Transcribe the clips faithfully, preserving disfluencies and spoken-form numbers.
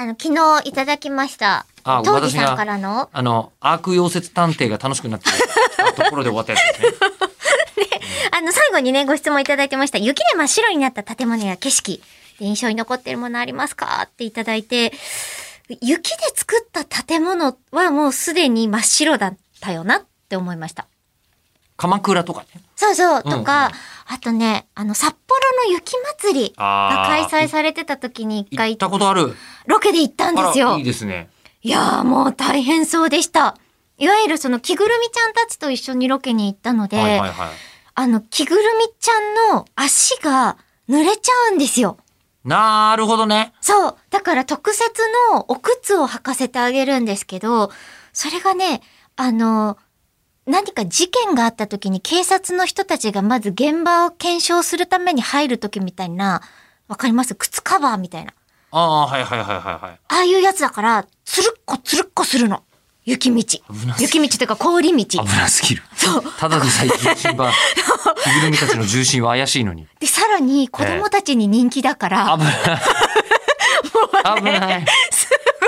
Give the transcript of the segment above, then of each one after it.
あの、昨日いただきました。 あ、 当時さんからの。 あの、アーク溶接探偵が楽しくなってたところで終わったやつですね。 あの、最後にね、ご質問いただいてました。雪で真っ白になった建物や景色で印象に残っているものありますかっていただいて、雪で作った建物はもうすでに真っ白だったよなって思いました。 鎌倉とかね。 そうそう、とか、 うんうん、 あとね、あの、札幌の雪祭りが開催されてた時に一回行ったことある。 ロケで行ったんですよ。 いいですね。 いやーもう大変そうでした。いわゆるその着ぐるみちゃんたちと一緒にロケに行ったので、はいはいはい、あの着ぐるみちゃんの足が濡れちゃうんですよ。 なるほどね。 そう。だから特設のお靴を履かせてあげるんですけど、それがね、あの、何か事件があった時に警察の人たちがまず現場を検証するために入る時みたいな、わかります？靴カバーみたいな。 ああ、はいはいはいはいはい。 ああいうやつだから、つるっこつるっこするの。雪道。雪道というか氷道。 危なすぎる。 そう。 ただでさえ重心は、着ぐるみたちの重心は怪しいのに。 で、さらに子供たちに人気だから。 えー、危ない。もうね、危ない。 す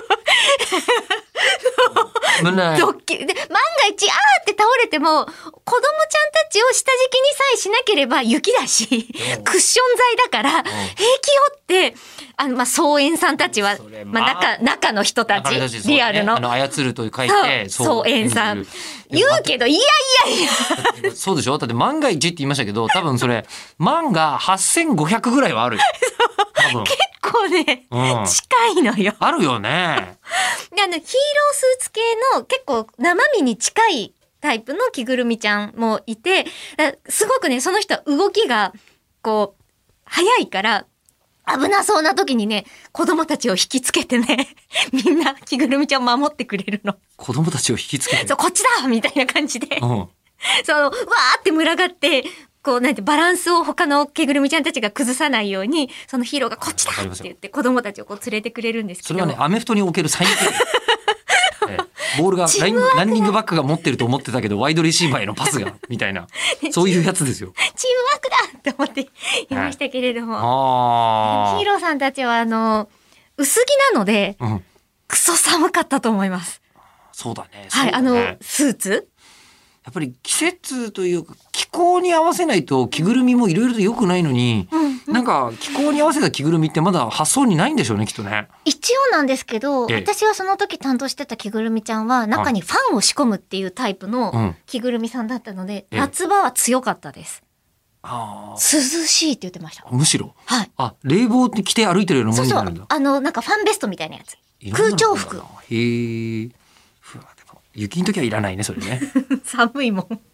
ごい。危ない。ドッキリ。で、万が一、あーって倒れても、子供ちゃんたちを下敷きにさえしなければ雪だし、クッション材だから、平気よって、あの、まあ、操演さんたちは、まあ、中、中の人たち、リアルの。 あの、操ると書いて、 操演さん。言うけど、いやいやいや。そうでしょ？だって万が一って言いましたけど、多分それ、万がはっせんごひゃくぐらいはあるよ。多分。 結構ね、うん、近いのよ。 あるよね。 で、あの、ヒーロースーツ系の結構生身に近いタイプの着ぐるみちゃんもいて、すごくね、その人は動きが、こう、早いから、危なそうな時にね、子供たちを引きつけてね、みんな着ぐるみちゃん守ってくれるの。 子供たちを引きつけて。 そう、こっちだみたいな感じで。 うん、 その、わーって群がって、こう、なんて、バランスを他の着ぐるみちゃんたちが崩さないように、そのヒーローがこっちだって言って、子供たちをこう連れてくれるんですけど。 それはね、アメフトにおける最悪。ええ、ボールがラン、ランニングバックが持ってると思ってたけど、ワイドレシーバーへのパスが、みたいな。そういうやつですよ。 チームワークだって思っていましたけれども。はい、ヒーローさんたちは、あの、薄着なので、うん、クソ寒かったと思います。 そうだね。 はい、あの、スーツやっぱり季節というか気候に合わせないと着ぐるみもいろいろと良くないのに、うんうん、なんか気候に合わせた着ぐるみってまだ発想にないんでしょうね、きっとね。 一応なんですけど、私はその時担当してた着ぐるみちゃんは中にファンを仕込むっていうタイプの着ぐるみさんだったので、うん、夏場は強かったです。あ、涼しいって言ってました。 むしろ。 はい。 あ、冷房って着て歩いてるようなもんになるんだ。 そうそう。あの、なんかファンベストみたいなやつ。空調服。 へえ。雪の時はいらないね、それね。 寒いもん。